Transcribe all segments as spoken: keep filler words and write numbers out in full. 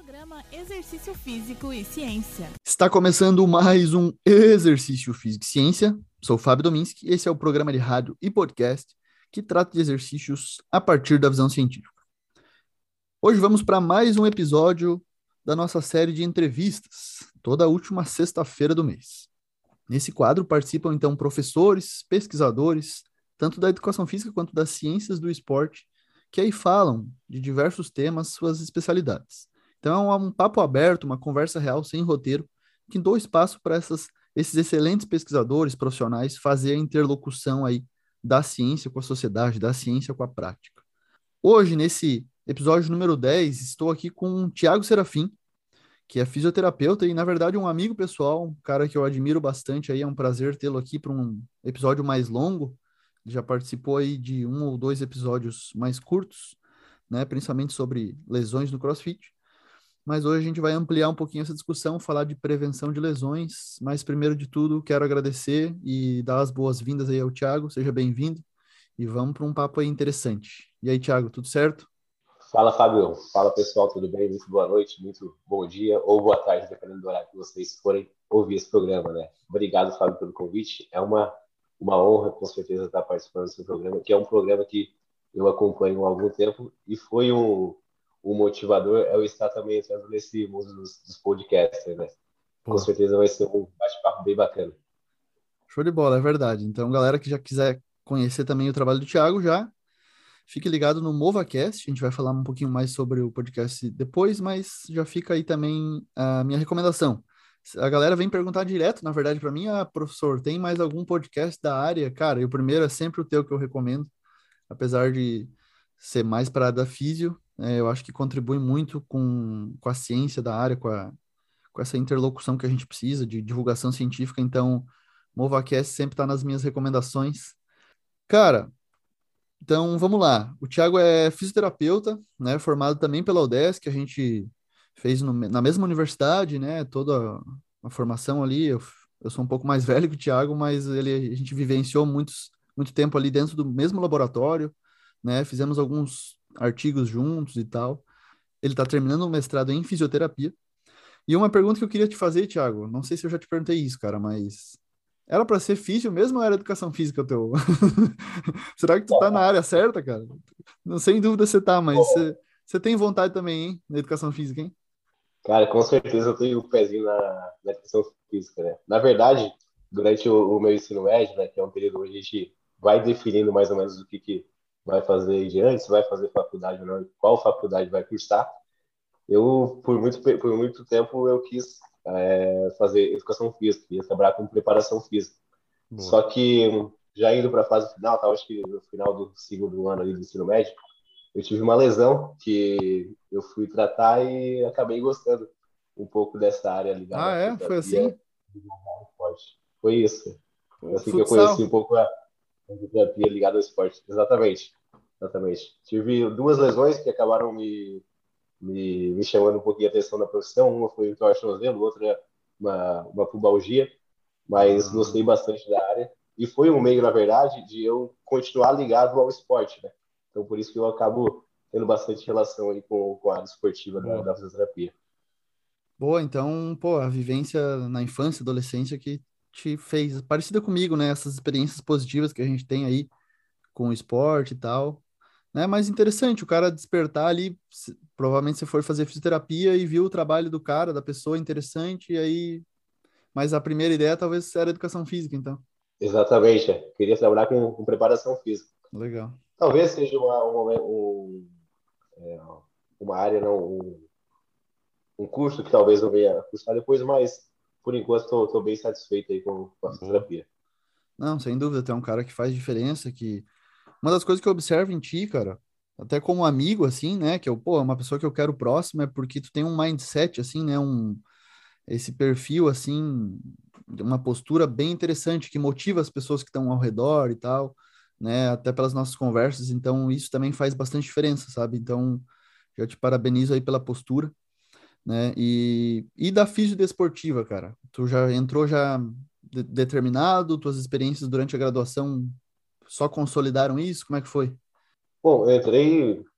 Programa Exercício Físico e Ciência. Está começando mais um Exercício Físico e Ciência. Sou o Fábio Dominski e esse é o programa de rádio e podcast que trata de exercícios a partir da visão científica. Hoje vamos para mais um episódio da nossa série de entrevistas, toda a última sexta-feira do mês. Nesse quadro participam então professores, pesquisadores, tanto da educação física quanto das ciências do esporte, que aí falam de diversos temas, suas especialidades. Então é um, um papo aberto, uma conversa real, sem roteiro, que dou espaço para essas, esses excelentes pesquisadores, profissionais, fazer a interlocução aí da ciência com a sociedade, da ciência com a prática. Hoje, nesse episódio número dez, estou aqui com o Thiago Serafim, que é fisioterapeuta e, na verdade, um amigo pessoal, um cara que eu admiro bastante, aí é um prazer tê-lo aqui para um episódio mais longo. Ele já participou aí de um ou dois episódios mais curtos, né, principalmente sobre lesões no CrossFit. Mas hoje a gente vai ampliar um pouquinho essa discussão, falar de prevenção de lesões, mas primeiro de tudo quero agradecer e dar as boas-vindas aí ao Thiago, seja bem-vindo e vamos para um papo aí interessante. E aí, Thiago, tudo certo? Fala, Fábio. Fala, pessoal, tudo bem? Muito boa noite, muito bom dia ou boa tarde, dependendo do horário que vocês forem ouvir esse programa, né? Obrigado, Fábio, pelo convite. É uma, uma honra, com certeza, estar participando desse programa, que é um programa que eu acompanho há algum tempo e foi um o motivador é eu estar também entrando nesse mundo dos, dos podcasts, né? Pô. Com certeza vai ser um bate-papo bem bacana. Show de bola, é verdade. Então, galera que já quiser conhecer também o trabalho do Thiago, já fique ligado no MovaCast. A gente vai falar um pouquinho mais sobre o podcast depois, mas já fica aí também a minha recomendação. A galera vem perguntar direto, na verdade, para mim, ah, professor, tem mais algum podcast da área? Cara, e o primeiro é sempre o teu que eu recomendo, apesar de ser mais para a da físio. É, eu acho que contribui muito com, com a ciência da área, com, a, com essa interlocução que a gente precisa de divulgação científica. Então, MovaCast sempre está nas minhas recomendações. Cara, então vamos lá. O Thiago é fisioterapeuta, né, formado também pela U D E S, que a gente fez no, na mesma universidade, né, toda a formação ali. Eu, eu sou um pouco mais velho que o Thiago, mas ele, a gente vivenciou muitos, muito tempo ali dentro do mesmo laboratório, né, fizemos alguns artigos juntos e tal. Ele está terminando o mestrado em fisioterapia. E uma pergunta que eu queria te fazer, Thiago, não sei se eu já te perguntei isso, cara, mas era para ser físio mesmo ou era educação física o teu? Será que tu tá na área certa, cara? Não, sem dúvida você tá, mas você, você tem vontade também, hein, na educação física, hein? Cara, com certeza eu tenho o um pezinho na, na educação física, né? Na verdade, durante o, o meu ensino médio, né, que é um período onde a gente vai definindo mais ou menos o que, que vai fazer em diante, se vai fazer faculdade ou não, qual faculdade vai cursar. Eu, por muito, por muito tempo, eu quis é, fazer educação física, queria trabalhar com preparação física. Boa. Só que, já indo para a fase final, tá, acho que no final do segundo ano ali do ensino médio, eu tive uma lesão que eu fui tratar e acabei gostando um pouco dessa área ligada Ah, à é? Foi fisioterapia. assim? Foi isso. Foi assim que eu conheci Futsal. um pouco a fisioterapia ligada ao esporte. Exatamente. Exatamente. Tive duas lesões que acabaram me, me, me chamando um pouquinho a atenção na profissão. Uma foi um tornozelo, outra uma, uma pubalgia. Mas Ah. gostei bastante da área. E foi um meio, na verdade, de eu continuar ligado ao esporte, né? Então, por isso que eu acabo tendo bastante relação aí com, com a área esportiva da, da fisioterapia. Boa, então, pô, a vivência na infância, adolescência que te fez parecida comigo, né? Essas experiências positivas que a gente tem aí com o esporte e tal, né? Mas interessante, o cara despertar ali, se- provavelmente você foi fazer fisioterapia e viu o trabalho do cara, da pessoa interessante, e aí, mas a primeira ideia talvez era educação física, então. Exatamente. É. Queria trabalhar com, com preparação física. Legal. Talvez seja uma, uma, um, é, uma área, não, um, um curso que talvez eu venha cursar depois, mas por enquanto estou bem satisfeito aí com, com a Boa. fisioterapia. Não, sem dúvida, tu é um cara que faz diferença, que uma das coisas que eu observo em ti, cara, até como amigo, assim, né, que eu, pô, uma pessoa que eu quero próximo é porque tu tem um mindset, assim, né, um, esse perfil, assim, de uma postura bem interessante, que motiva as pessoas que estão ao redor e tal, né, até pelas nossas conversas, então isso também faz bastante diferença, sabe? Então, eu te parabenizo aí pela postura, né, e, e da fisiodesportiva, cara, tu já entrou já de- determinado, tuas experiências durante a graduação só consolidaram isso? Como é que foi? Bom, eu entrei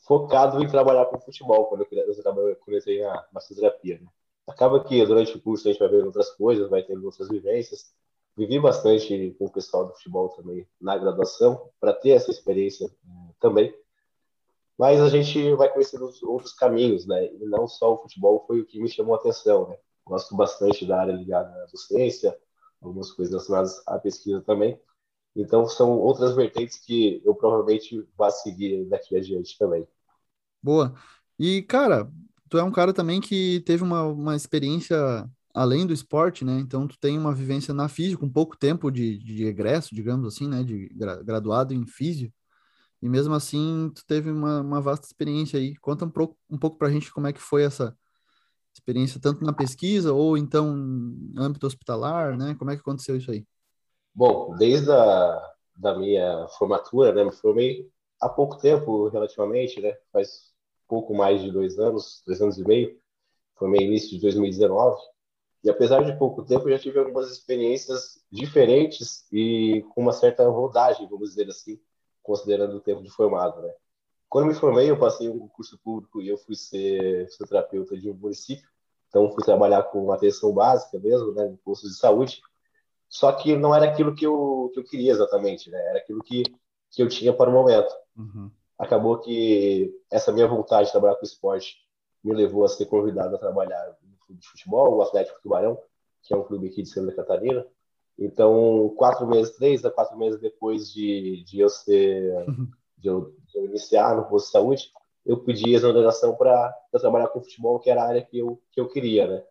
focado em trabalhar com futebol quando eu, eu, trabalho- quando eu entrei na, na fisioterapia, né? Acaba que durante o curso a gente vai vendo outras coisas, vai tendo outras vivências. Vivi bastante com o pessoal do futebol também na graduação, para ter essa experiência eh, também. Mas a gente vai conhecendo os outros caminhos, né? E não só o futebol foi o que me chamou a atenção, né? Gosto bastante da área ligada à docência, algumas coisas relacionadas à pesquisa também. Então, são outras vertentes que eu provavelmente vá seguir daqui adiante também. Boa. E, cara, tu é um cara também que teve uma, uma experiência além do esporte, né? Então, tu tem uma vivência na física, um pouco tempo de, de egresso, digamos assim, né? De gra- graduado em físio. E mesmo assim, tu teve uma, uma vasta experiência aí. Conta um pouco, um pouco pra gente como é que foi essa experiência, tanto na pesquisa ou então no âmbito hospitalar, né? Como é que aconteceu isso aí? Bom, desde a da minha formatura, né? Me formei há pouco tempo, relativamente, né? Faz pouco mais de dois anos, dois anos e meio. Formei início de dois mil e dezenove. E apesar de pouco tempo, eu já tive algumas experiências diferentes e com uma certa rodagem, vamos dizer assim, considerando o tempo de formado, né? Quando eu me formei, eu passei um concurso público e eu fui ser fisioterapeuta de um município. Então, fui trabalhar com atenção básica mesmo, né, em postos de saúde. Só que não era aquilo que eu, que eu queria exatamente, né? Era aquilo que, que eu tinha para o momento. Uhum. Acabou que essa minha vontade de trabalhar com esporte me levou a ser convidado a trabalhar no clube de futebol, o Atlético Tubarão, que é um clube aqui de Santa Catarina. Então, quatro meses, três a quatro meses depois de, de eu ser, de eu, de eu iniciar no posto de saúde, eu pedi exoneração para trabalhar com futebol, que era a área que eu, que eu queria, né?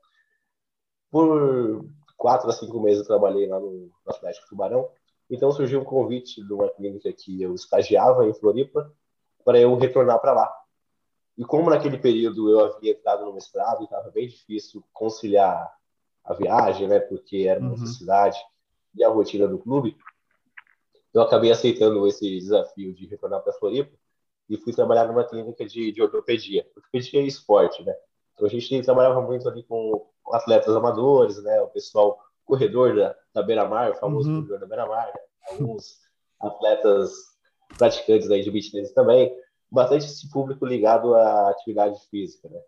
Por quatro a cinco meses eu trabalhei lá no, no Atlético Tubarão. Então surgiu um convite de uma clínica que eu estagiava em Floripa para eu retornar para lá. E como naquele período eu havia entrado no mestrado e estava bem difícil conciliar a viagem, né, porque era uma outra Uhum. cidade, e a rotina do clube, eu acabei aceitando esse desafio de retornar para Floripa e fui trabalhar numa clínica de, de ortopedia. Ortopedia e esporte, né? Então a gente trabalhava muito ali com atletas amadores, né? O pessoal corredor da, da Beira-Mar, o famoso Uhum. corredor da Beira-Mar, né? Alguns atletas praticantes aí de beach tennis também, bastante esse público ligado à atividade física, né?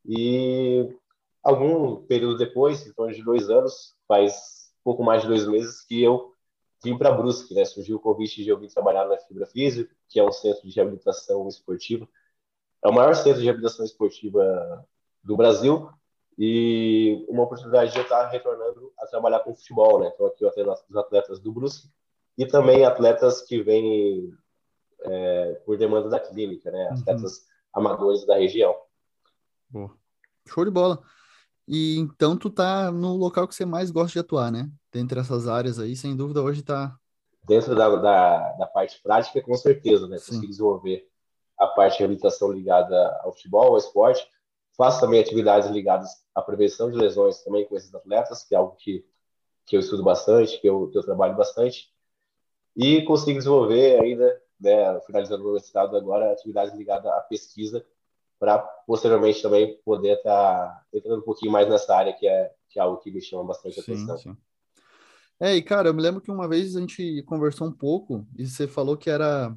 E algum período depois, em torno de dois anos, faz pouco mais de dois meses que eu vim para Brusque, né? Surgiu o convite de eu vir trabalhar na Fibra Física, que é um centro de reabilitação esportiva. É o maior centro de reabilitação esportiva do Brasil e uma oportunidade de eu estar retornando a trabalhar com futebol, né? Então aqui eu atendo os atletas do Brusque e também atletas que vêm é, por demanda da clínica, né? Uhum. Atletas amadores da região. Boa. Show de bola. E então tu tá no local que você mais gosta de atuar, né? Dentre essas áreas aí, sem dúvida, hoje tá. Dentro da, da, da parte prática, com certeza, né? Sim. Consegui desenvolver a parte de reabilitação ligada ao futebol, ao esporte. Faço também atividades ligadas à prevenção de lesões também com esses atletas, que é algo que, que eu estudo bastante, que eu, que eu trabalho bastante. E consigo desenvolver ainda, né, finalizando o meu mestrado agora, atividades ligadas à pesquisa, para posteriormente também poder estar tá entrando um pouquinho mais nessa área, que é, que é algo que me chama bastante Sim, atenção. sim. É, e cara, eu me lembro que uma vez a gente conversou um pouco e você falou que era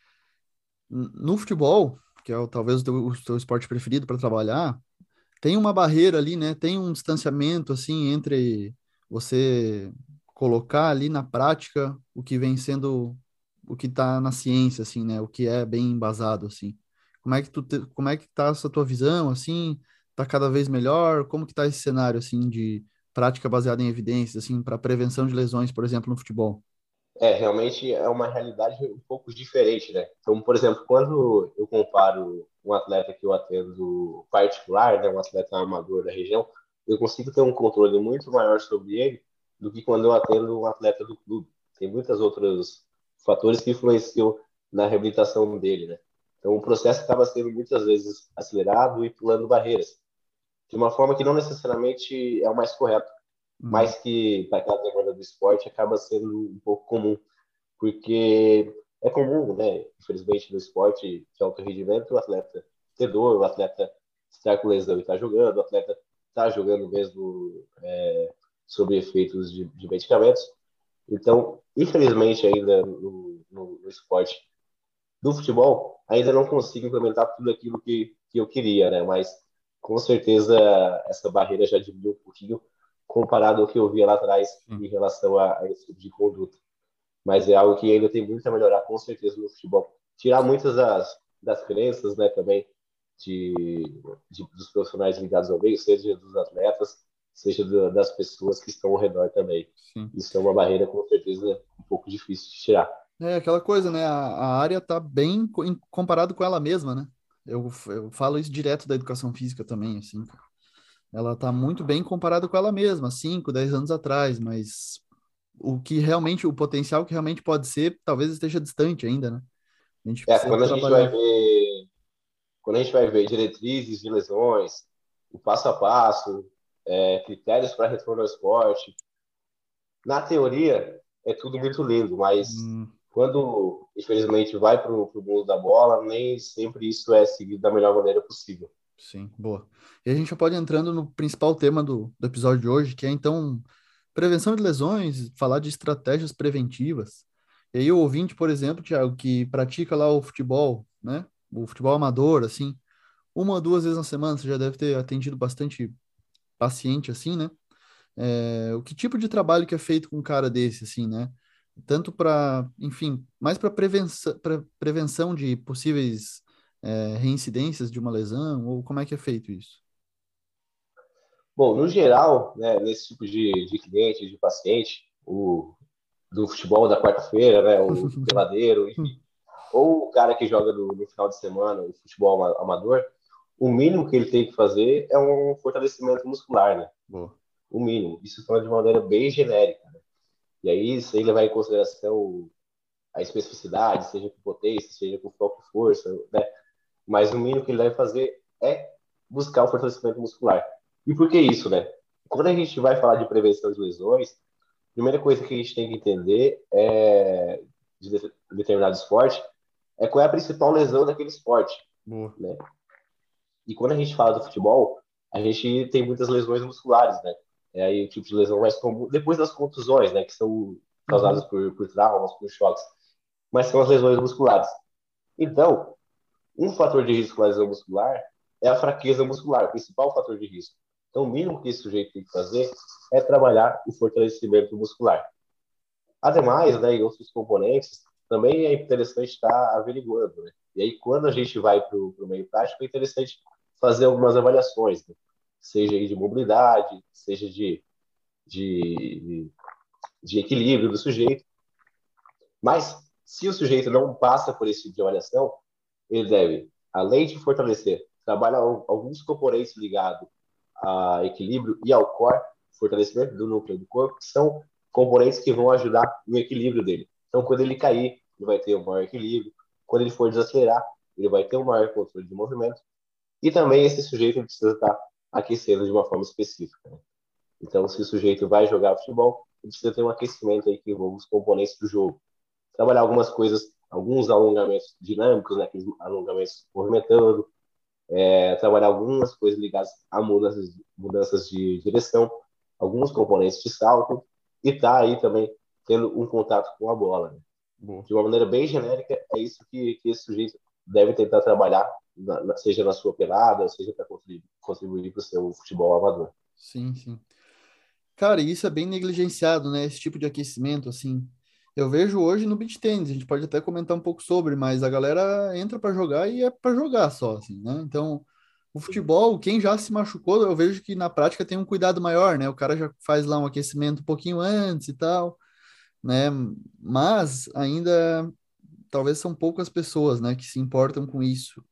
n- no futebol, que é o- talvez o teu, o teu esporte preferido para trabalhar, tem uma barreira ali, né? Tem um distanciamento assim entre você colocar ali na prática o que vem sendo o que está na ciência, assim, né? O que é bem embasado, assim. Como é que tu te- como é que tá essa tua visão, assim? Tá cada vez melhor? Como que tá esse cenário assim de prática baseada em evidências, assim, para prevenção de lesões, por exemplo, no futebol? É, realmente é uma realidade um pouco diferente, né? Então, por exemplo, quando eu comparo um atleta que eu atendo particular, né, um atleta amador da região, eu consigo ter um controle muito maior sobre ele do que quando eu atendo um atleta do clube. Tem muitos outros fatores que influenciam na reabilitação dele, né? Então, o processo acaba sendo muitas vezes acelerado e pulando barreiras, de uma forma que não necessariamente é o mais correto, Uhum. mas que, para aquela demanda do esporte, acaba sendo um pouco comum porque é comum, né, infelizmente, no esporte de alto rendimento, o atleta ter dor, o atleta estar com lesão e estar jogando, o atleta estar jogando mesmo é, sob efeitos de, de medicamentos. Então, infelizmente, ainda no, no, no esporte, do futebol, ainda não consigo implementar tudo aquilo que, que eu queria, né? Mas com certeza essa barreira já diminuiu um pouquinho comparado ao que eu via lá atrás Sim. em relação a, a esse tipo de conduta. Mas é algo que ainda tem muito a melhorar, com certeza, no futebol. Tirar muitas das, das crenças, né, também, de, de, dos profissionais ligados ao meio, seja dos atletas, seja do, das pessoas que estão ao redor também. Sim. Isso é uma barreira, com certeza, um pouco difícil de tirar. É aquela coisa, né? A, a área tá bem co- em- comparado com ela mesma, né? Eu, eu falo isso direto da educação física também, assim, cara. Ela tá muito bem comparado com ela mesma, cinco, dez anos atrás, mas o que realmente, o potencial que realmente pode ser, talvez esteja distante ainda, né? A gente É, precisa quando a gente vai trabalhar. ver, quando a gente vai ver diretrizes de lesões, o passo a passo, é, critérios para retorno ao esporte, na teoria é tudo muito lindo, mas Hum, quando, infelizmente, vai para o mundo da bola, nem sempre isso é seguido da melhor maneira possível. sim, boa. E a gente já pode ir entrando no principal tema do, do episódio de hoje, que é então prevenção de lesões, falar de estratégias preventivas. E aí o ouvinte, por exemplo, Thiago, que pratica lá o futebol, né? O futebol amador, assim, uma ou duas vezes na semana, você já deve ter atendido bastante paciente assim, né? É, o que tipo de trabalho que é feito com um cara desse, assim, né? Tanto para, enfim, mais para prevenção, pra prevenção de possíveis é, reincidências de uma lesão, ou como é que é feito isso? Bom, no geral, né, nesse tipo de, de cliente, de paciente, o do futebol da quarta-feira, né, o do peladeiro, enfim, ou o cara que joga no, no final de semana, o futebol amador, o mínimo que ele tem que fazer é um fortalecimento muscular, né? Boa. O mínimo. Isso falando de uma maneira bem genérica. Né? E aí, isso aí levar em consideração a especificidade, seja com potência, seja com foco e força, né? Mas o mínimo que ele deve fazer é buscar o fortalecimento muscular. E por que isso, né? Quando a gente vai falar de prevenção de lesões, a primeira coisa que a gente tem que entender é de determinado esporte é qual é a principal lesão daquele esporte, Boa. né? E quando a gente fala do futebol, a gente tem muitas lesões musculares, né? É aí o tipo de lesão mais comum, depois das contusões, né? Que são causadas Uhum. por, por traumas, por choques, mas são as lesões musculares. Então, um fator de risco para lesão muscular é a fraqueza muscular, o principal fator de risco. Então, o mínimo que esse sujeito tem que fazer é trabalhar o fortalecimento muscular. Ademais, né, em outros componentes, também é interessante estar averiguando. Né? E aí, quando a gente vai para o meio prático, é interessante fazer algumas avaliações, né? Seja de mobilidade, seja de, de, de equilíbrio do sujeito. Mas, se o sujeito não passa por esse tipo de avaliação, ele deve, além de fortalecer, trabalhar alguns componentes ligados a equilíbrio e ao core, fortalecimento do núcleo do corpo, que são componentes que vão ajudar no equilíbrio dele. Então, quando ele cair, ele vai ter um maior equilíbrio. Quando ele for desacelerar, ele vai ter um maior controle de movimento. E também esse sujeito precisa estar aquecendo de uma forma específica. Né? Então, se o sujeito vai jogar futebol, ele precisa ter um aquecimento aí que envolve os componentes do jogo. Trabalhar algumas coisas, alguns alongamentos dinâmicos, né, aqueles alongamentos movimentando, é, trabalhar algumas coisas ligadas a mudanças, mudanças de direção, alguns componentes de salto, e tá aí também tendo um contato com a bola. Né? Boa. De uma maneira bem genérica, é isso que, que esse sujeito deve tentar trabalhar, na, na, seja na sua pelada, seja para contribuir, contribuir para o seu futebol amador. Sim, sim. Cara, e isso é bem negligenciado, né? Esse tipo de aquecimento, assim. Eu vejo hoje no beach tennis, a gente pode até comentar um pouco sobre, mas a galera entra para jogar e é para jogar só, assim, né? Então, o futebol, quem já se machucou, eu vejo que na prática tem um cuidado maior, né? O cara já faz lá um aquecimento um pouquinho antes e tal, né? Mas ainda talvez são poucas pessoas, né, que se importam com isso.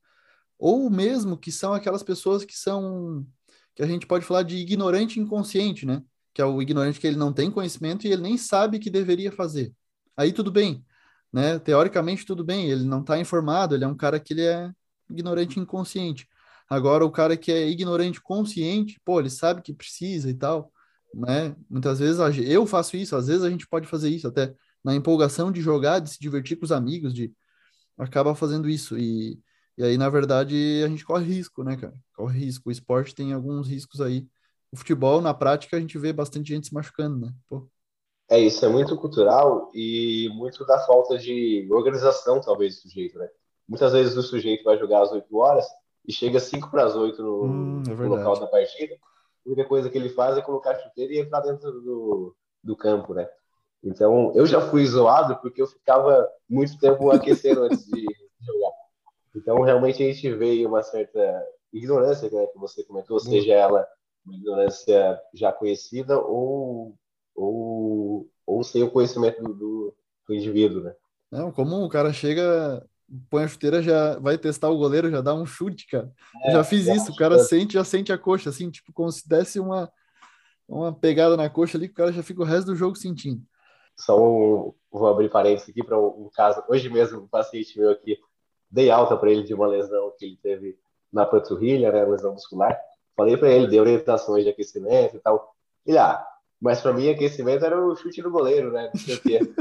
Ou mesmo que são aquelas pessoas que são, que a gente pode falar de ignorante inconsciente, né? Que é o ignorante que ele não tem conhecimento e ele nem sabe que deveria fazer. Aí tudo bem, né? Teoricamente tudo bem, ele não está informado, ele é um cara que ele é ignorante inconsciente. Agora o cara que é ignorante consciente, pô, ele sabe que precisa e tal, né? Muitas vezes a ge- eu faço isso, às vezes a gente pode fazer isso até na empolgação de jogar, de se divertir com os amigos, de acaba fazendo isso. E, e aí, na verdade, a gente corre risco, né, cara? Corre risco. O esporte tem alguns riscos aí. O futebol, na prática, a gente vê bastante gente se machucando, né? Pô, É isso, é muito cultural e muito da falta de organização, talvez, do sujeito, né? muitas vezes o sujeito vai jogar às oito horas e chega às cinco para as oito Hum, no, é no local verdade. da partida. A única coisa que ele faz é colocar a chuteira e entrar dentro do, do campo, né? Então, eu já fui zoado porque eu ficava muito tempo aquecendo antes de jogar. Então, realmente, a gente vê uma certa ignorância, né, que você comentou, Boa. seja ela uma ignorância já conhecida ou, ou, ou sem o conhecimento do, do, do indivíduo, né? Não, comum, o cara chega, põe a chuteira, já vai testar o goleiro, já dá um chute, cara. Eu já É, fiz já isso, o cara acho sente, já sente a coxa, assim, tipo, como se desse uma, uma pegada na coxa ali, que o cara já fica o resto do jogo sentindo. só um, vou abrir parênteses aqui para um, um caso. Hoje mesmo, um paciente meu aqui, dei alta para ele de uma lesão que ele teve na panturrilha, né, lesão muscular. Falei para ele, dei orientações de aquecimento e tal. Ele, ah, mas para mim aquecimento era o chute do goleiro, né? Não sei o quê.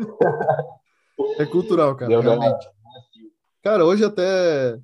É cultural, cara, Deu, não, realmente. Cara, hoje até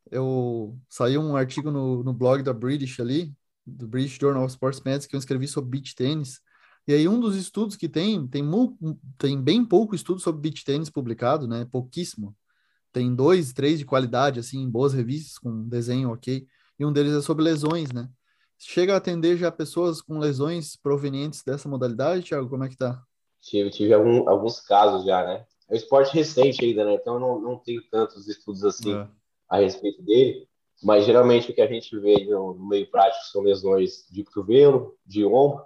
eu saiu um artigo no, no blog da British ali, do British Journal of Sports Medicine, que eu escrevi sobre beach tênis. E aí um dos estudos que tem, tem, mu- tem bem pouco estudo sobre beach tênis publicado, né? Pouquíssimo. Tem dois, três de qualidade, assim, em boas revistas, com desenho ok. E um deles é sobre lesões, né? Chega a atender já pessoas com lesões provenientes dessa modalidade, Thiago? Como é que tá? tive, tive algum, alguns casos já, né? É um esporte recente ainda, né? Então eu não, não tenho tantos estudos assim É, a respeito dele, mas geralmente o que a gente vê no, no meio prático são lesões de cotovelo, de ombro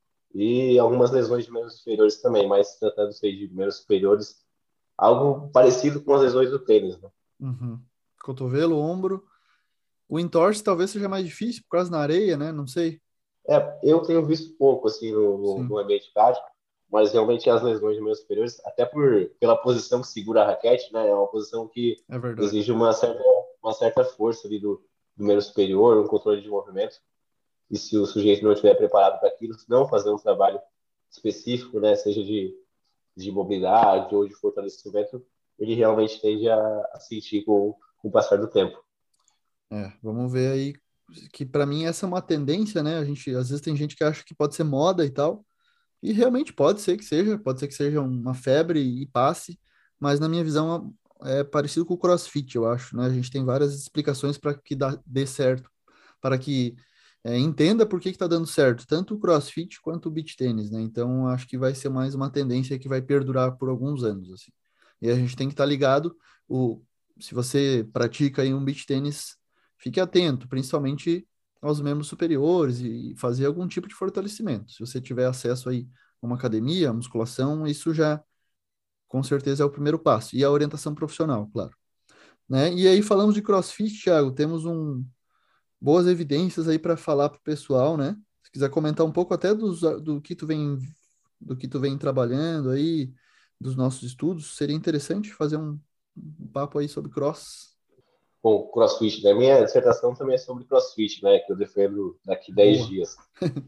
e algumas lesões de membros superiores também, mas tratando-se de membros superiores, algo parecido com as lesões do tênis, né? uhum. Cotovelo, ombro. O entorse talvez seja mais difícil por causa na areia, né? Não sei. É, eu tenho visto pouco assim no, no, no Sim, ambiente prático, mas realmente as lesões de membros superiores, até por pela posição que segura a raquete, né? É uma posição que é verdade. exige uma certa uma certa força ali do, do membro superior, um controle de movimento. E se o sujeito não estiver preparado para aquilo, se não fazer um trabalho específico, né, seja de, de mobilidade ou de fortalecimento, ele realmente tende a, a sentir com, com o passar do tempo. É, vamos ver aí que para mim essa é uma tendência, né? A gente às vezes tem gente que acha que pode ser moda e tal, e realmente pode ser que seja, pode ser que seja uma febre e passe, mas na minha visão é parecido com o CrossFit, eu acho, né? A gente tem várias explicações para que dá, dê certo, para que é, entenda por que que tá dando certo, tanto o CrossFit quanto o beach tênis, né? Então acho que vai ser mais uma tendência que vai perdurar por alguns anos, assim. E a gente tem que estar ligado, o, se você pratica aí um beach tênis, fique atento, principalmente aos membros superiores e fazer algum tipo de fortalecimento. Se você tiver acesso aí a uma academia, a musculação, isso já com certeza é o primeiro passo. E a orientação profissional, claro. Né? E aí falamos de CrossFit, Thiago, temos um, boas evidências aí para falar para o pessoal, né? Se quiser comentar um pouco até dos, do que tu vem do que tu vem trabalhando aí, dos nossos estudos, seria interessante fazer um, um papo aí sobre cross. Bom, CrossFit, né? Minha dissertação também é sobre CrossFit, né? Que eu defendo daqui dez Boa, dias.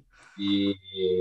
E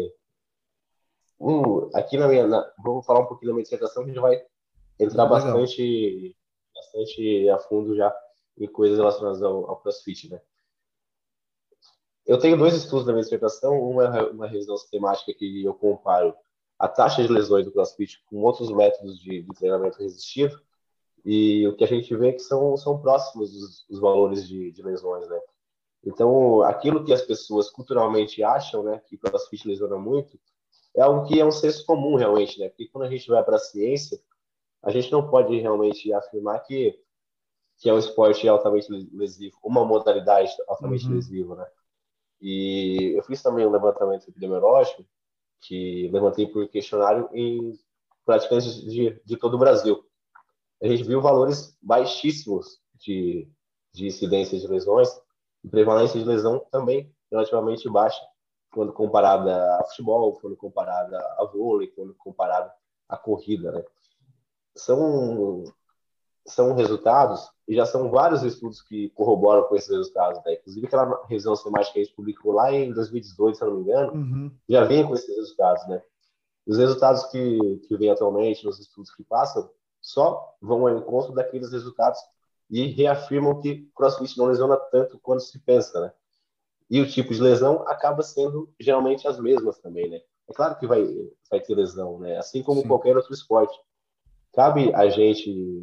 um, aqui na minha, na, vou falar um pouquinho da minha dissertação que já vai entrar legal. bastante, bastante a fundo já em coisas relacionadas ao, ao CrossFit, né? Eu tenho dois estudos da minha dissertação, uma é uma revisão sistemática que eu comparo a taxa de lesões do CrossFit com outros métodos de, de treinamento resistido, e o que a gente vê é que são, são próximos os, os valores de, de lesões, né? Então, aquilo que as pessoas culturalmente acham, né, que o CrossFit lesiona muito, é algo que é um senso comum realmente, né? Porque quando a gente vai para a ciência, a gente não pode realmente afirmar que, que é um esporte altamente lesivo, uma modalidade altamente Uhum, lesiva, né? E eu fiz também um levantamento epidemiológico, que levantei por questionário em praticantes de, de todo o Brasil. A gente viu valores baixíssimos de, de incidência de lesões e prevalência de lesão também relativamente baixa, quando comparada a futebol, quando comparada a vôlei, quando comparada à corrida, né? São são resultados, e já são vários estudos que corroboram com esses resultados, né? Inclusive aquela revisão sistemática que a gente publicou lá em dois mil e dezoito, se eu não me engano, uhum, já vem com esses resultados, né? Os resultados que, que vêm atualmente, nos estudos que passam, só vão ao encontro daqueles resultados e reafirmam que o CrossFit não lesiona tanto quanto se pensa, né? E o tipo de lesão acaba sendo geralmente as mesmas também, né? É claro que vai, vai ter lesão, né? Assim como sim. qualquer outro esporte. Cabe a gente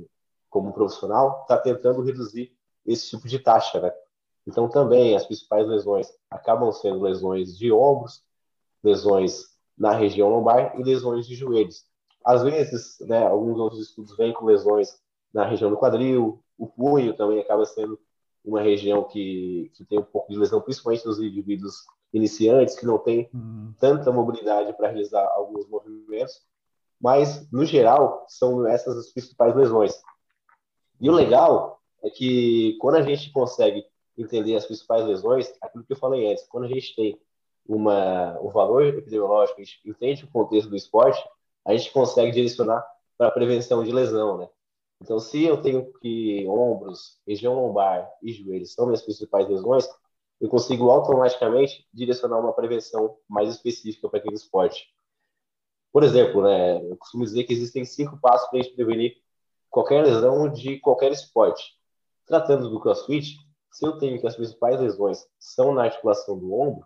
como profissional, está tentando reduzir esse tipo de taxa, né? Então, também, as principais lesões acabam sendo lesões de ombros, lesões na região lombar e lesões de joelhos. Às vezes, né, alguns outros estudos vêm com lesões na região do quadril, o punho também acaba sendo uma região que, que tem um pouco de lesão, principalmente nos indivíduos iniciantes, que não têm Hum. tanta mobilidade para realizar alguns movimentos, mas, no geral, são essas as principais lesões. E o legal é que quando a gente consegue entender as principais lesões, aquilo que eu falei antes, quando a gente tem uma, um valor epidemiológico, a gente entende o contexto do esporte, a gente consegue direcionar para a prevenção de lesão, né? Então, se eu tenho que ombros, região lombar e joelhos são minhas principais lesões, eu consigo automaticamente direcionar uma prevenção mais específica para aquele esporte. Por exemplo, né, eu costumo dizer que existem cinco passos para a gente prevenir qualquer lesão de qualquer esporte. Tratando do CrossFit, se eu tenho que as principais lesões são na articulação do ombro,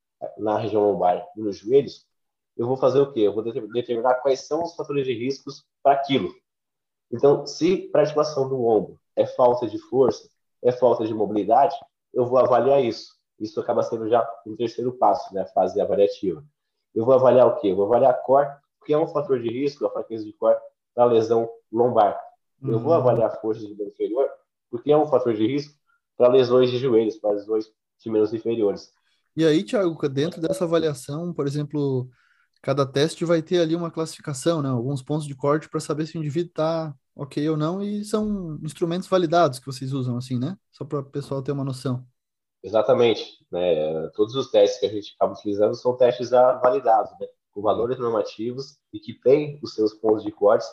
na região lombar e nos joelhos, eu vou fazer o quê? Eu vou determinar quais são os fatores de riscos para aquilo. Então, se para a articulação do ombro é falta de força, é falta de mobilidade, eu vou avaliar isso. Isso acaba sendo já um terceiro passo, né, a fase avaliativa. Eu vou avaliar o quê? Eu vou avaliar a core, que é um fator de risco, a fraqueza de core, para a lesão lombar. Eu vou Hum. avaliar a força de membro inferior, porque é um fator de risco para lesões de joelhos, para lesões de membros inferiores. E aí, Thiago, dentro dessa avaliação, por exemplo, cada teste vai ter ali uma classificação, né? Alguns pontos de corte para saber se o indivíduo está ok ou não, e são instrumentos validados que vocês usam, assim, né? Só para o pessoal ter uma noção. Exatamente. Né? Todos os testes que a gente acaba utilizando são testes já validados, né? Com valores normativos e que têm os seus pontos de corte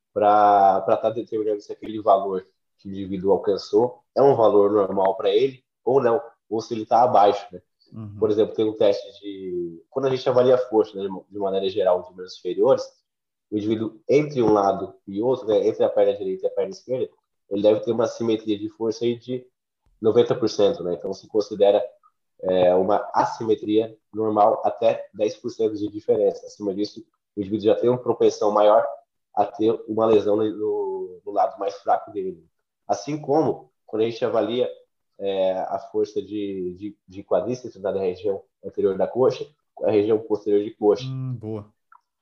para estar tá determinando se aquele valor que o indivíduo alcançou é um valor normal para ele ou não, ou se ele está abaixo, né? Uhum. Por exemplo, tem um teste de... Quando a gente avalia a força, né, de maneira geral, de membros inferiores, o indivíduo entre um lado e outro, né, entre a perna direita e a perna esquerda, ele deve ter uma simetria de força aí de noventa por cento, né? Então se considera é, uma assimetria normal até dez por cento de diferença. Acima disso, o indivíduo já tem uma propensão maior a ter uma lesão no, no lado mais fraco dele. Assim como, quando a gente avalia é, a força de, de, de quadríceps na região anterior da coxa, a região posterior de coxa. Hum, boa.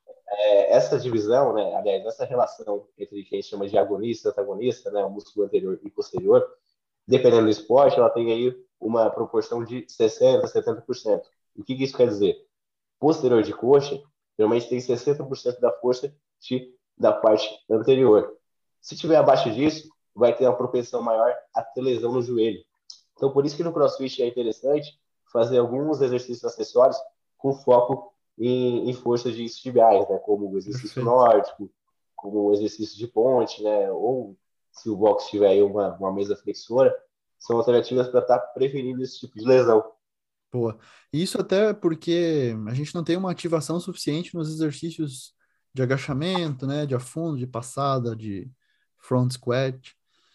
É, essa divisão, né, aliás, essa relação entre o que a gente chama de agonista e antagonista, né, o músculo anterior e posterior, dependendo do esporte, ela tem aí uma proporção de sessenta por cento, setenta por cento. O que, que isso quer dizer? Posterior de coxa, geralmente tem sessenta por cento da força de, da parte anterior. Se tiver abaixo disso, vai ter uma propensão maior a ter lesão no joelho. Então, por isso que no CrossFit é interessante fazer alguns exercícios acessórios com foco em, em forças de isquiotibiais, né? Como o exercício Perfeito. nórdico, como o exercício de ponte, né? Ou se o box tiver aí uma, uma mesa flexora, são alternativas para estar prevenindo esse tipo de lesão. Boa. Isso até porque a gente não tem uma ativação suficiente nos exercícios de agachamento, né? De afundo, de passada, de front squat,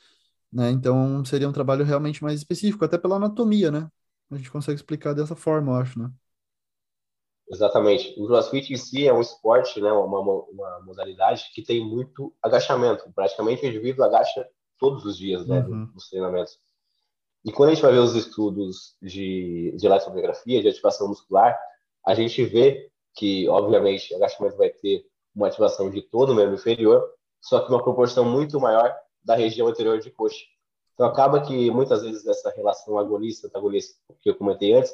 né? Então seria um trabalho realmente mais específico, até pela anatomia, né? A gente consegue explicar dessa forma, eu acho, né? Exatamente. O CrossFit em si é um esporte, né, uma, uma modalidade que tem muito agachamento. Praticamente o indivíduo agacha todos os dias, né, Uhum. nos treinamentos. E quando a gente vai ver os estudos de, de eletromiografia, de ativação muscular, a gente vê que, obviamente, o agachamento vai ter uma ativação de todo o membro inferior, só que uma proporção muito maior da região anterior de coxa. Então, acaba que, muitas vezes, essa relação agonista-antagonista que eu comentei antes,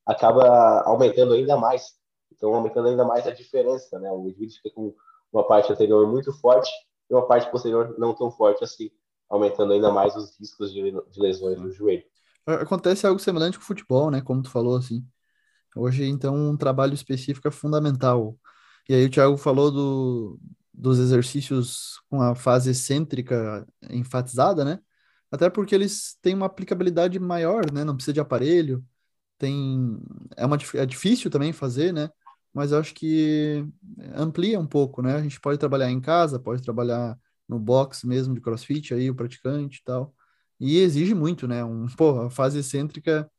acaba aumentando ainda mais. Então, aumentando ainda mais a diferença, né? O indivíduo fica com uma parte anterior muito forte e uma parte posterior não tão forte assim, aumentando ainda mais os riscos de, de lesões no Sim. joelho. Acontece algo semelhante com o futebol, né? Como tu falou, assim. Hoje, então, um trabalho específico é fundamental. E aí o Thiago falou do, dos exercícios com a fase excêntrica enfatizada, né? Até porque eles têm uma aplicabilidade maior, né? Não precisa de aparelho, tem... É, uma, dif- é difícil também fazer, né? Mas eu acho que amplia um pouco, né? A gente pode trabalhar em casa, pode trabalhar no box mesmo de CrossFit, aí o praticante e tal. E exige muito, né? Um, pô, a fase excêntrica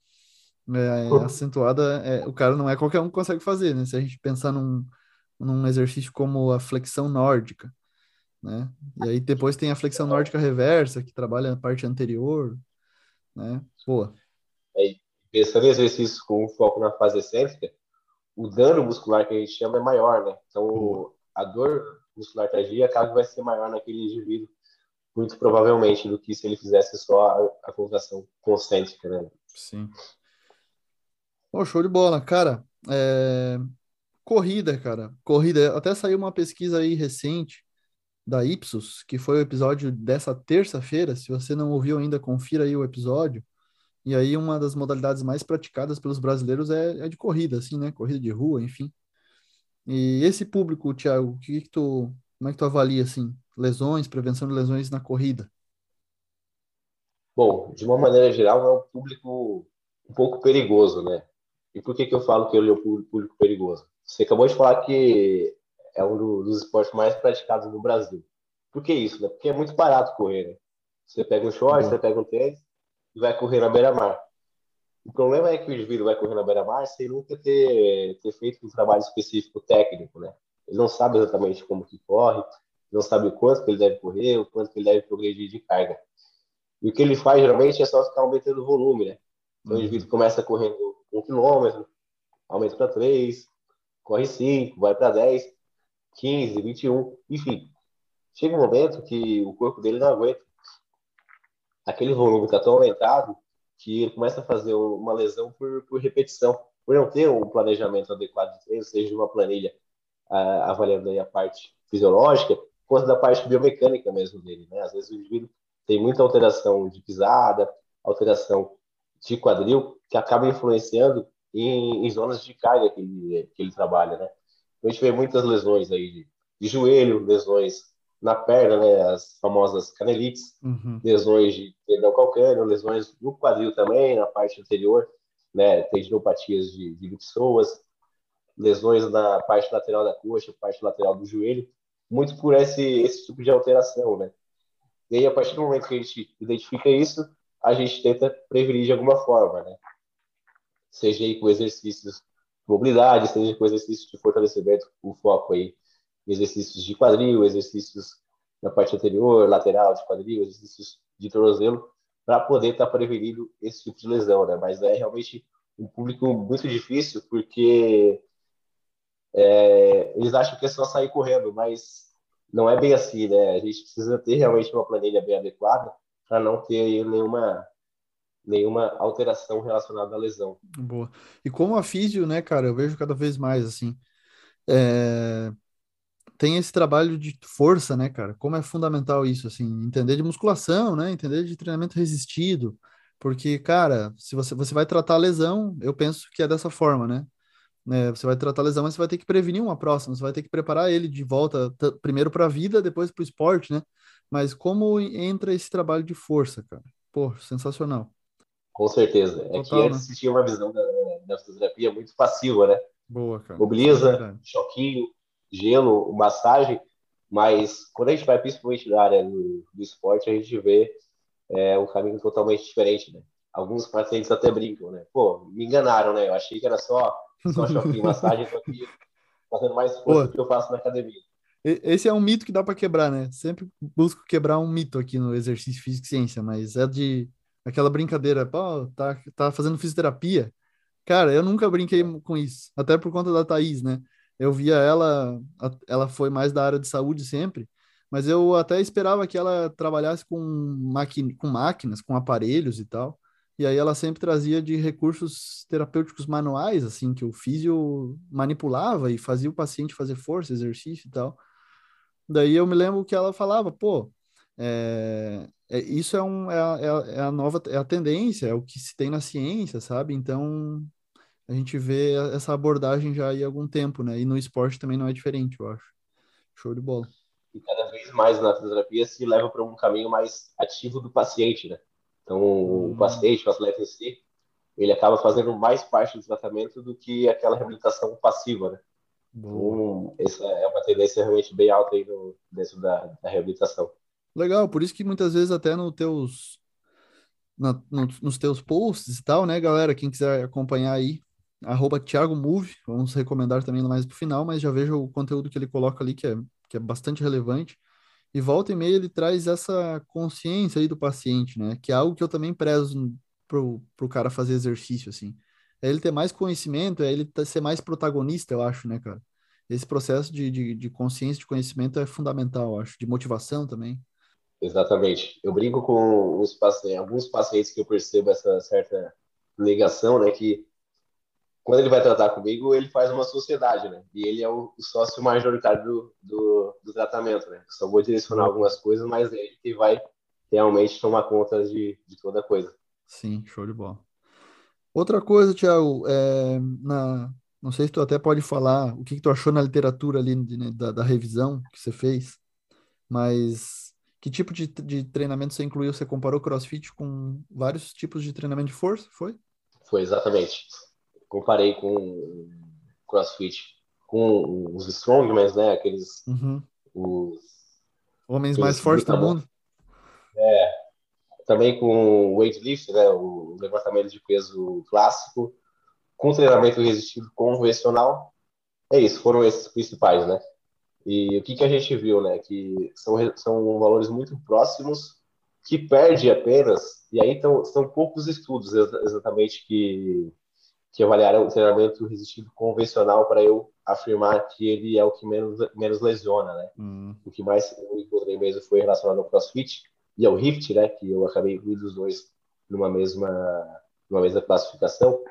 é, acentuada, é, o cara não é qualquer um que consegue fazer, né? Se a gente pensar num, num exercício como a flexão nórdica, né? E aí depois tem a flexão nórdica reversa, que trabalha a parte anterior, né? Pô, Aí, pensando em exercícios com foco na fase excêntrica, o dano muscular que a gente chama é maior, né? boa. Então, a dor muscular tardia acaba que vai ser maior naquele indivíduo, muito provavelmente, do que se ele fizesse só a, a contração concêntrica, né? Sim. Pô, show de bola. Cara, é, corrida, cara. Corrida. Até saiu uma pesquisa aí recente da Ipsos, que foi o episódio dessa terça-feira. Se você não ouviu ainda, confira aí o episódio. E aí, uma das modalidades mais praticadas pelos brasileiros é, é de corrida, assim, né? Corrida de rua, enfim. E esse público, Thiago, o que que tu, como é que tu avalia, assim, lesões, prevenção de lesões na corrida? Bom, de uma maneira geral, é um público um pouco perigoso, né? E por que que eu falo que ele é um público perigoso? Você acabou de falar que é um dos esportes mais praticados no Brasil. Por que isso, né? Porque é muito barato correr, né? Você pega um short, você Boa. pega um tênis e vai correr na beira-mar. O problema é que o indivíduo vai correr na beira-mar sem nunca ter, ter feito um trabalho específico técnico, né? Ele não sabe exatamente como que corre, não sabe o quanto que ele deve correr, o quanto que ele deve progredir de carga. E o que ele faz geralmente é só ficar aumentando o volume, né? Então o Uhum. indivíduo começa correndo um quilômetro, aumenta para três, corre cinco, vai para dez, quinze, vinte e um, enfim. Chega um momento que o corpo dele não aguenta. Aquele volume está tão aumentado que ele começa a fazer uma lesão por, por repetição, por não ter um planejamento adequado de treino, seja uma planilha ah, avaliando aí a parte fisiológica, quanto da parte biomecânica mesmo dele, né? Às vezes o indivíduo tem muita alteração de pisada, alteração de quadril, que acaba influenciando em, em zonas de carga que ele, que ele trabalha, né? Então, a gente vê muitas lesões aí de, de joelho, lesões na perna, né? As famosas canelites, Uhum. lesões de tendão calcâneo, lesões no quadril também, na parte anterior, né? Tendinopatias de, de pessoas, lesões na parte lateral da coxa, parte lateral do joelho, muito por esse, esse tipo de alteração, né? E aí, a partir do momento que a gente identifica isso, a gente tenta prevenir de alguma forma, né? Seja aí com exercícios de mobilidade, seja com exercícios de fortalecimento, com foco aí em exercícios de quadril, exercícios na parte anterior, lateral de quadril, exercícios de tornozelo, para poder estar tá prevenindo esse tipo de lesão, né? Mas é realmente um público muito difícil, porque é, eles acham que é só sair correndo, mas não é bem assim, né? A gente precisa ter realmente uma planilha bem adequada para não ter aí nenhuma, nenhuma alteração relacionada à lesão. Boa. E como a físio, né, cara, eu vejo cada vez mais, assim, é, tem esse trabalho de força, né, cara? Como é fundamental isso, assim, entender de musculação, né? Entender de treinamento resistido. Porque, cara, se você, você vai tratar a lesão, eu penso que é dessa forma, né? Né, você vai tratar a lesão, mas você vai ter que prevenir uma próxima, você vai ter que preparar ele de volta, t- primeiro para a vida, depois para o esporte, né? Mas como entra esse trabalho de força, cara? Pô, sensacional. Com certeza. É que Total, antes né? se tinha uma visão da, da fisioterapia muito passiva, né? Boa, cara. Isso é Mobiliza, verdade. choquinho, gelo, massagem, mas quando a gente vai principalmente na área do, do esporte, a gente vê é, um caminho totalmente diferente, né? Alguns pacientes até brincam, né? Pô, me enganaram, né? Eu achei que era só, só choquinho e massagem, tô aqui fazendo mais força Pô, do que eu faço na academia. e- esse é um mito que dá para quebrar, né? Sempre busco quebrar um mito aqui no exercício físico e ciência, mas é de aquela brincadeira, pô, tá, tá fazendo fisioterapia. Cara, eu nunca brinquei com isso, até por conta da Thaís, né? Eu via ela, a- ela foi mais da área de saúde sempre, mas eu até esperava que ela trabalhasse com, maqui, com máquinas, com aparelhos e tal. E aí ela sempre trazia de recursos terapêuticos manuais, assim, que o físio manipulava e fazia o paciente fazer força, exercício e tal. Daí eu me lembro que ela falava, pô, é, é- isso é, um, é, a, é a é a nova, é a tendência, é o que se tem na ciência, sabe? Então a gente vê essa abordagem já há algum tempo, né? E no esporte também não é diferente, eu acho. Show de bola. E cada vez mais na fisioterapia se leva para um caminho mais ativo do paciente, né? Então, o Hum, paciente, o atleta em si, ele acaba fazendo mais parte do tratamento do que aquela reabilitação passiva, né? boa. Então, essa é uma tendência realmente bem alta aí no, dentro da, da reabilitação. Legal, por isso que muitas vezes até no teus, na, no- nos teus posts e tal, né, galera? Quem quiser acompanhar aí, arroba Thiago Move, vamos recomendar também mais pro final, mas já vejo o conteúdo que ele coloca ali, que é, que é bastante relevante. E volta e meia ele traz essa consciência aí do paciente, né? Que é algo que eu também prezo pro, pro cara fazer exercício, assim. É ele ter mais conhecimento, é ele tá- ser mais protagonista, eu acho, né, cara? Esse processo de, de, de consciência, de conhecimento é fundamental, eu acho, de motivação também. Exatamente. Eu brinco com os pacientes, alguns pacientes que eu percebo essa certa ligação, né? Que quando ele vai tratar comigo, ele faz uma sociedade, né? E ele é o, o sócio majoritário do, do, do tratamento, né? Eu só vou direcionar Show. algumas coisas, mas é ele que vai realmente tomar conta de, de toda coisa. Sim, show de bola. Outra coisa, Thiago, é, na, não sei se tu até pode falar o que, que tu achou na literatura ali de- né, da, da revisão que você fez, mas que tipo de, de treinamento você incluiu? Você comparou CrossFit com vários tipos de treinamento de força, foi? Foi exatamente. Comparei com o CrossFit, com os Strongmans, né? Aqueles, Uhum. os, Homens mais aqueles fortes do brutamontes. mundo. Também com o weightlifting, né? O levantamento de peso clássico, com treinamento resistivo convencional. É isso, foram esses principais, né? E o que, que a gente viu, né? Que são, são valores muito próximos, que perde apenas, e aí tão, são poucos estudos exatamente que, que avaliaram o treinamento resistido convencional para eu afirmar que ele é o que menos, menos lesiona, né? Hum, O que mais eu encontrei mesmo foi relacionado ao CrossFit e ao Rift, né? Que eu acabei incluindo os dois numa mesma, numa mesma classificação.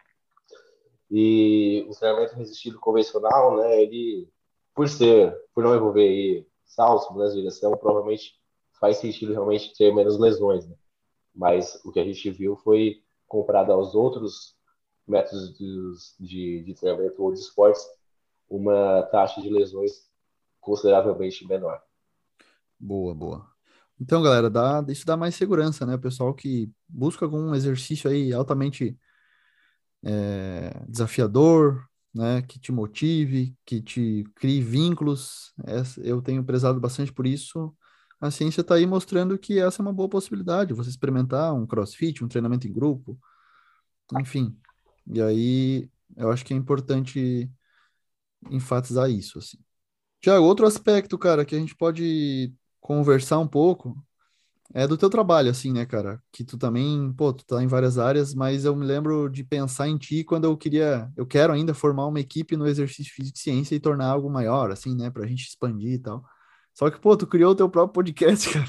E o treinamento resistido convencional, né, ele, por ser, por não envolver aí saltos, mudança de direção, provavelmente faz sentido realmente ter menos lesões, né? Mas o que a gente viu foi, comparado aos outros métodos de, de treinamento ou de esportes, uma taxa de lesões consideravelmente menor. boa, boa. Então, galera, dá, isso dá mais segurança, né? O pessoal que busca algum exercício aí altamente é, desafiador, né? Que te motive, que te crie vínculos. Essa- eu tenho prezado bastante por isso. A ciência está aí mostrando que essa é uma boa possibilidade, você experimentar um CrossFit, um treinamento em grupo, enfim. E aí, eu acho que é importante enfatizar isso, assim. Tiago, outro aspecto, cara, que a gente pode conversar um pouco é do teu trabalho, assim, né, cara? Que tu também, pô, tu tá em várias áreas, mas eu me lembro de pensar em ti quando eu queria, eu quero ainda formar uma equipe no exercício físico e ciência e tornar algo maior, assim, né, pra gente expandir e tal. Só que, pô, tu criou o teu próprio podcast, cara.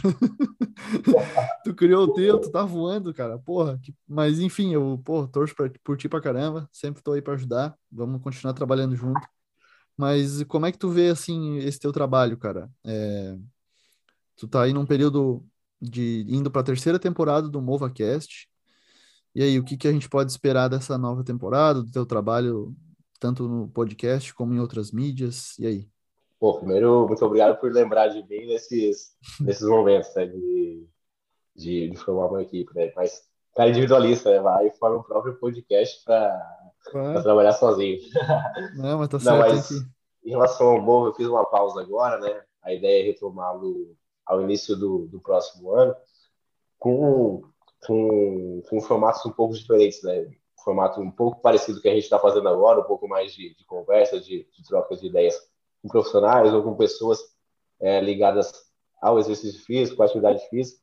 Tu criou o teu, tu tá voando, cara. Porra, que- mas enfim, eu, pô, torço pra- por ti pra caramba, sempre tô aí pra ajudar. Vamos continuar trabalhando junto. Mas como é que tu vê, assim, esse teu trabalho, cara? É, tu tá aí num período de indo para a terceira temporada do MovaCast. E aí, o que que a gente pode esperar dessa nova temporada, do teu trabalho, tanto no podcast como em outras mídias? E aí? Pô, primeiro, muito obrigado por lembrar de mim nesses, nesses momentos, né, de, de, de formar uma equipe, né? Mas, cara individualista, né? Vai e forma o próprio podcast para Claro. trabalhar sozinho. Não, mas tá Não, certo, tem mas que. em relação ao Morro, eu fiz uma pausa agora, né? A ideia é retomá-lo ao início do, do próximo ano, com, com, com formatos um pouco diferentes, né? Um formato um pouco parecido com o que a gente está fazendo agora, um pouco mais de, de conversa, de, de troca de ideias com profissionais ou com pessoas é, ligadas ao exercício físico, à atividade física,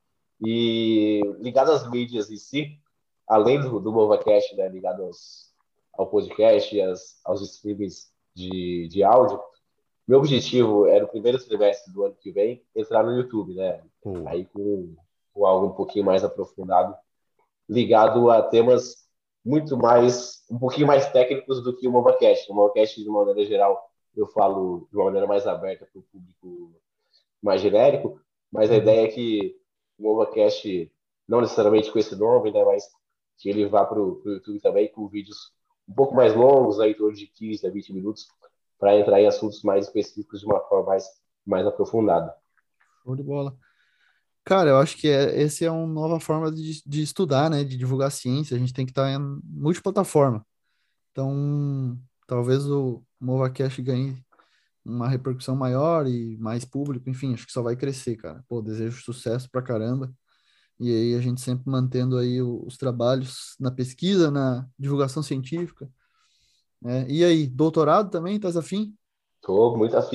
e ligadas às mídias em si, além do, do MovaCast, né? Ligado aos, ao podcast e as, aos streams de, de áudio. Meu objetivo era o primeiro trimestre do ano que vem entrar no YouTube, né? Boa. Aí com, com algo um pouquinho mais aprofundado, ligado a temas muito mais, um pouquinho mais técnicos do que o MovaCast. O MovaCast, de uma maneira geral, eu falo de uma maneira mais aberta para o público mais genérico, mas a Uhum. ideia é que o MovaCast, não necessariamente com esse nome, né, mas que ele vá para o YouTube também com vídeos um pouco mais longos, aí, em torno de quinze a vinte minutos, para entrar em assuntos mais específicos de uma forma mais, mais aprofundada. Show de bola. Cara, eu acho que é, essa é uma nova forma de, de estudar, né? De divulgar ciência. A gente tem que estar em multiplataforma. Então, talvez o MovaCast ganhe uma repercussão maior e mais público, enfim, acho que só vai crescer, cara. Pô, desejo sucesso pra caramba. E aí a gente sempre mantendo aí o- os trabalhos na pesquisa, na divulgação científica, né? E aí, doutorado também, estás afim? Tô muito afim, cara.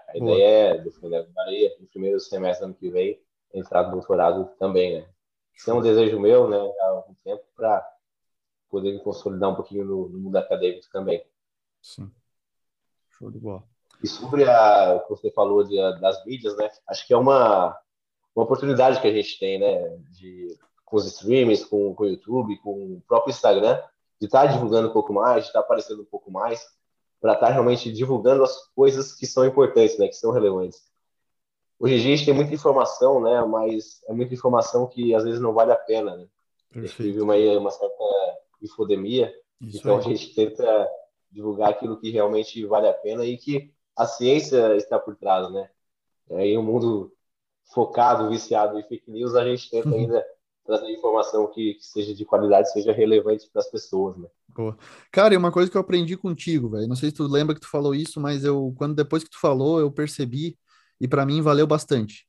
A Boa. ideia é defender agora aí, no primeiro semestre do ano que vem, entrar no doutorado também, né? Isso é um Show. desejo meu, né, há algum tempo, para poder me consolidar um pouquinho no, no mundo acadêmico também. Sim. Show de bola. E sobre a, o que você falou de, das mídias, né? Acho que é uma, uma oportunidade que a gente tem, né? De, com os streams, com, com o YouTube, com o próprio Instagram, de estar divulgando um pouco mais, de estar aparecendo um pouco mais, para estar realmente divulgando as coisas que são importantes, né? Que são relevantes. Hoje em dia a gente tem muita informação, né? Mas é muita informação que às vezes não vale a pena, né? A gente vive Perfeito. uma, uma certa infodemia, Isso então a aí. gente tenta divulgar aquilo que realmente vale a pena e que a ciência está por trás, né? Em um mundo focado, viciado em fake news, a gente tenta ainda trazer informação que, que seja de qualidade, seja relevante para as pessoas, né? Boa. Cara, e uma coisa que eu aprendi contigo, velho, não sei se tu lembra que tu falou isso, mas eu, quando depois que tu falou, eu percebi, e para mim valeu bastante.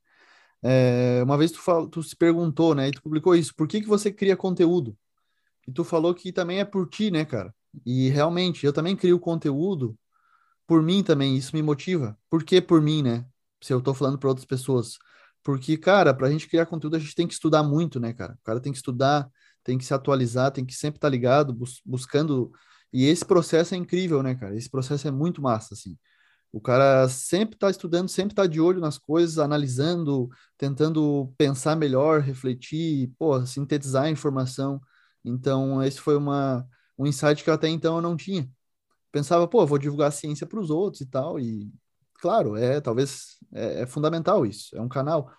É, uma vez tu, fal, tu se perguntou, né, e tu publicou isso, por que que você cria conteúdo? E tu falou que também é por ti, né, cara? E realmente, eu também crio conteúdo por mim também, isso me motiva. Por que por mim, né? Se eu tô falando para outras pessoas. Porque, cara, pra gente criar conteúdo, a gente tem que estudar muito, né, cara? O cara tem que estudar, tem que se atualizar, tem que sempre estar ligado, bus buscando. E esse processo é incrível, né, cara? Esse processo é muito massa, assim. O cara sempre está estudando, sempre está de olho nas coisas, analisando, tentando pensar melhor, refletir, pô, sintetizar a informação. Então, esse foi uma, um insight que até então eu não tinha. Pensava, pô, vou divulgar a ciência para os outros e tal, e claro, é talvez é, é fundamental isso, é um canal,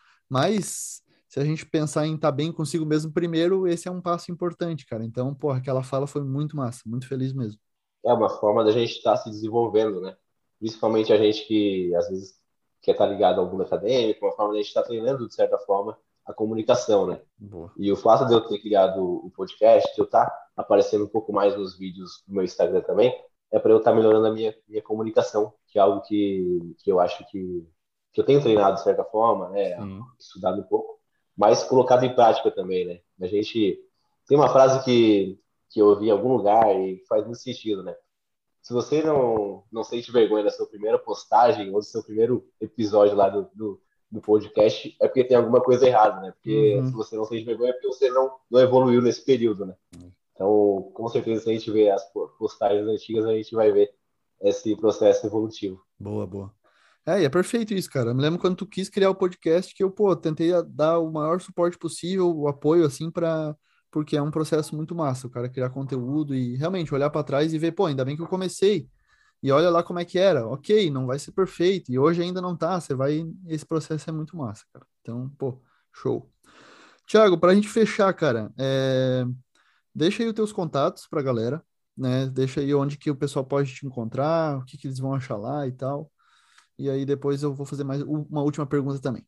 mas se a gente pensar em estar bem consigo mesmo primeiro, esse é um passo importante, cara. Então, pô, aquela fala foi muito massa, muito feliz mesmo. É uma forma da gente estar se desenvolvendo, né? Principalmente a gente que, às vezes, quer estar ligado ao mundo acadêmico, uma forma da gente estar treinando, de certa forma, a comunicação, né? Boa. E o fato de eu ter criado o podcast, de eu estar aparecendo um pouco mais nos vídeos do meu Instagram também, é para eu estar melhorando a minha, minha comunicação, que é algo que, que eu acho que, que eu tenho treinado de certa forma, né? Sim. Estudado um pouco, mas colocado em prática também, né? A gente tem uma frase que, que eu ouvi em algum lugar e faz muito sentido, né? Se você não, não sente vergonha da sua primeira postagem ou do seu primeiro episódio lá do, do, do podcast, é porque tem alguma coisa errada, né? Porque se Uhum. você não sente vergonha, é porque você não, não evoluiu nesse período, né? Então, com certeza, se a gente vê as postagens antigas, a gente vai ver esse processo evolutivo. Boa, boa. É, e é perfeito isso, cara. Eu me lembro quando tu quis criar o podcast que eu, pô, tentei a- dar o maior suporte possível, o apoio, assim, para porque é um processo muito massa, o cara criar conteúdo e realmente olhar para trás e ver, pô, ainda bem que eu comecei. E olha lá como é que era. Ok, não vai ser perfeito, e hoje ainda não tá, você vai. Esse processo é muito massa, cara. Então, pô, show. Tiago, pra gente fechar, cara, é, deixa aí os teus contatos pra galera, né? Deixa aí onde que o pessoal pode te encontrar, o que que eles vão achar lá e tal. E aí depois eu vou fazer mais u- uma última pergunta também.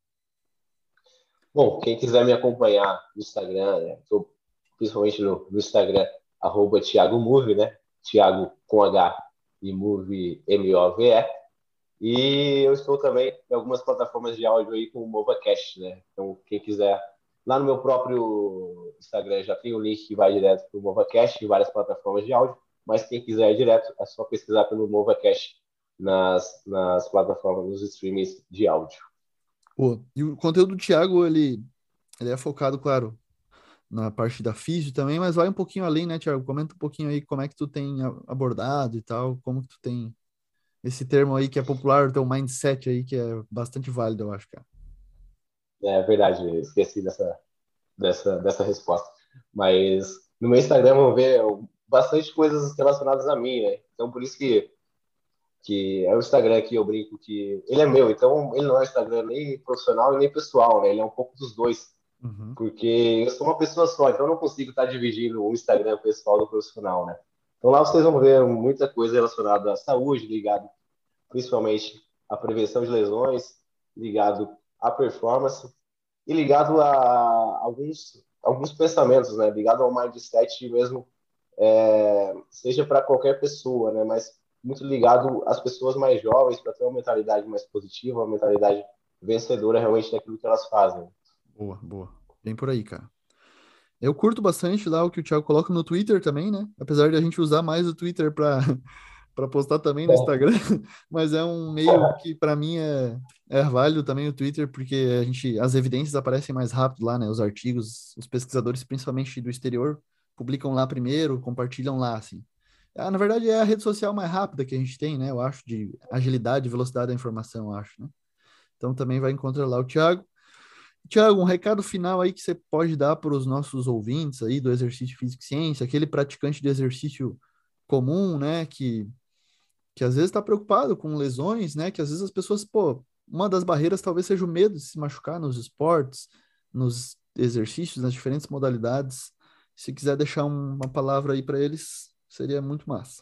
Bom, quem quiser me acompanhar no Instagram, né? Tô principalmente no, no Instagram, arroba Thiago Move, né? Thiago com H e Move M O V E. E eu estou também em algumas plataformas de áudio aí com o MovaCast, né? Então, quem quiser, lá no meu próprio Instagram já tem o link que vai direto para o MovaCast em várias plataformas de áudio, mas quem quiser ir direto é só pesquisar pelo MovaCast nas, nas plataformas, nos streamings de áudio. Pô, e o conteúdo do Thiago, ele, ele é focado, claro, na parte da física também, mas vai um pouquinho além, né, Thiago? Comenta um pouquinho aí como é que tu tem a- abordado e tal, como que tu tem esse termo aí que é popular, o teu mindset aí, que é bastante válido, eu acho, cara. É verdade, eu esqueci dessa, dessa, dessa resposta. Mas no meu Instagram vão ver bastante coisas relacionadas a mim, né? Então, por isso que que é o Instagram que eu brinco que ele é meu, então ele não é um Instagram nem profissional e nem pessoal, né? Ele é um pouco dos dois, Uhum. porque eu sou uma pessoa só, então eu não consigo estar dividindo o Instagram pessoal do profissional, né? Então lá vocês vão ver muita coisa relacionada à saúde, ligado principalmente à prevenção de lesões, ligado à performance e ligado a alguns alguns pensamentos, né? Ligado ao mindset mesmo, é, seja para qualquer pessoa, né? Mas muito ligado às pessoas mais jovens para ter uma mentalidade mais positiva, uma mentalidade vencedora realmente daquilo que elas fazem. Boa, boa. Bem por aí, cara. Eu curto bastante lá o que o Thiago coloca no Twitter também, né? Apesar de a gente usar mais o Twitter para para postar também no Instagram, mas é um meio que para mim é, é válido também o Twitter, porque a gente, as evidências aparecem mais rápido lá, né? Os artigos, os pesquisadores, principalmente do exterior, publicam lá primeiro, compartilham lá, assim. Ah, na verdade, é a rede social mais rápida que a gente tem, né? Eu acho, de agilidade e velocidade da informação, eu acho, né? Então também vai encontrar lá o Thiago. Thiago, um recado final aí que você pode dar para os nossos ouvintes aí do exercício físico e ciência, aquele praticante de exercício comum, né, que, que às vezes está preocupado com lesões, né, que às vezes as pessoas, pô, uma das barreiras talvez seja o medo de se machucar nos esportes, nos exercícios, nas diferentes modalidades. Se quiser deixar um, uma palavra aí para eles, seria muito massa.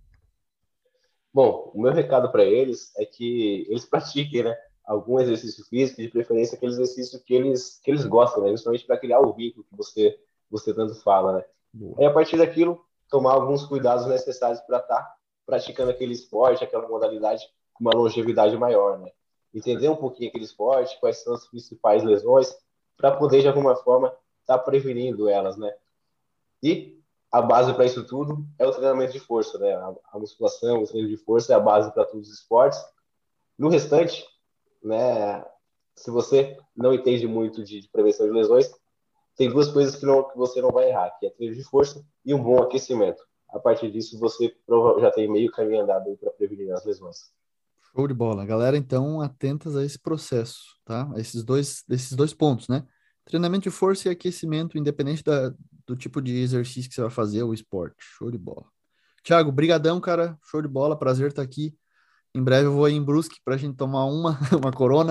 Bom, o meu recado para eles é que eles pratiquem, né, algum exercício físico, de preferência aquele exercício que eles, que eles gostam, né, justamente para criar o vínculo que você, você tanto fala, né. Boa. Aí, a partir daquilo, tomar alguns cuidados necessários para estar tá praticando aquele esporte, aquela modalidade com uma longevidade maior, né. Entender um pouquinho aquele esporte, quais são as principais lesões, para poder, de alguma forma, estar tá prevenindo elas, né. E a base para isso tudo é o treinamento de força, né? A musculação, o treino de força é a base para todos os esportes. No restante, né, se você não entende muito de, de prevenção de lesões, tem duas coisas que, não, que você não vai errar, que é treino de força e um bom aquecimento. A partir disso, você já tem meio caminho andado para prevenir as lesões. Show de bola. Galera, então, atentas a esse processo, tá? A esses dois, esses dois pontos, né? Treinamento de força e aquecimento, independente da, do tipo de exercício que você vai fazer, ou esporte. Show de bola. Thiago, brigadão, cara. Show de bola. Prazer estar aqui. Em breve eu vou em Brusque para a gente tomar uma, uma corona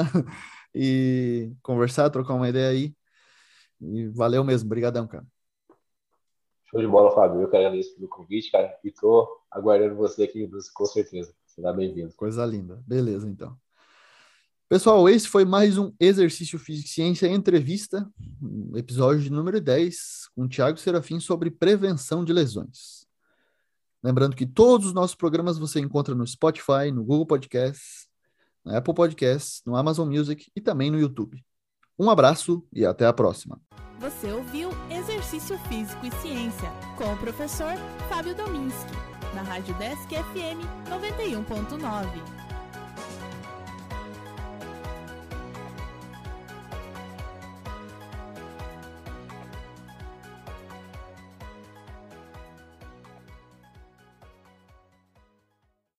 e conversar, trocar uma ideia aí. E valeu mesmo. Brigadão, cara. Show de bola, Fábio. Eu que agradeço pelo convite, cara. E tô aguardando você aqui em Brusque, com certeza. Será bem-vindo. Coisa linda. Beleza, então. Pessoal, esse foi mais um Exercício Físico e Ciência Entrevista, episódio de número dez, com o Thiago Serafim sobre prevenção de lesões. Lembrando que todos os nossos programas você encontra no Spotify, no Google Podcasts, no Apple Podcasts, no Amazon Music e também no YouTube. Um abraço e até a próxima. Você ouviu Exercício Físico e Ciência com o professor Fábio Dominski, na Rádio Desk F M noventa e um ponto nove.